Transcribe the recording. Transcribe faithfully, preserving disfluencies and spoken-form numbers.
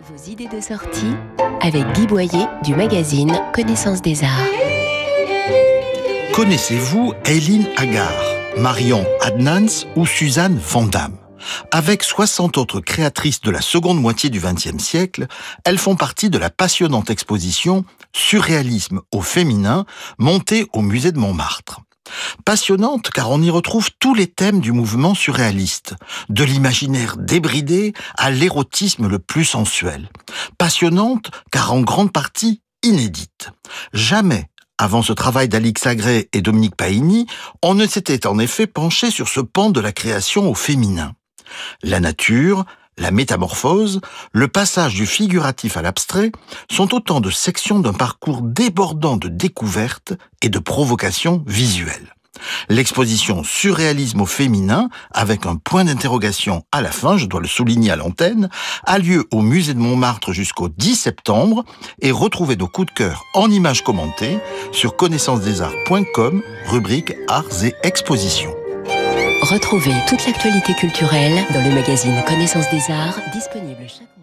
Vos idées de sortie avec Guy Boyer du magazine Connaissance des Arts. Connaissez-vous Eileen Agar, Marion Adnans ou Suzanne Van Damme? Avec soixante autres créatrices de la seconde moitié du vingtième siècle, elles font partie de la passionnante exposition Surréalisme au féminin, montée au musée de Montmartre. Passionnante car on y retrouve tous les thèmes du mouvement surréaliste, de l'imaginaire débridé à l'érotisme le plus sensuel. Passionnante car en grande partie inédite. Jamais, avant ce travail d'Alix Agré et Dominique Paini, on ne s'était en effet penché sur ce pan de la création au féminin. La nature, la métamorphose, le passage du figuratif à l'abstrait sont autant de sections d'un parcours débordant de découvertes et de provocations visuelles. L'exposition Surréalisme au féminin, avec un point d'interrogation à la fin, je dois le souligner à l'antenne, a lieu au musée de Montmartre jusqu'au dix septembre et retrouvez nos coups de cœur en images commentées sur connaissance des arts point com, rubrique Arts et Expositions. Retrouvez toute l'actualité culturelle dans le magazine Connaissance des Arts, disponible chaque mois.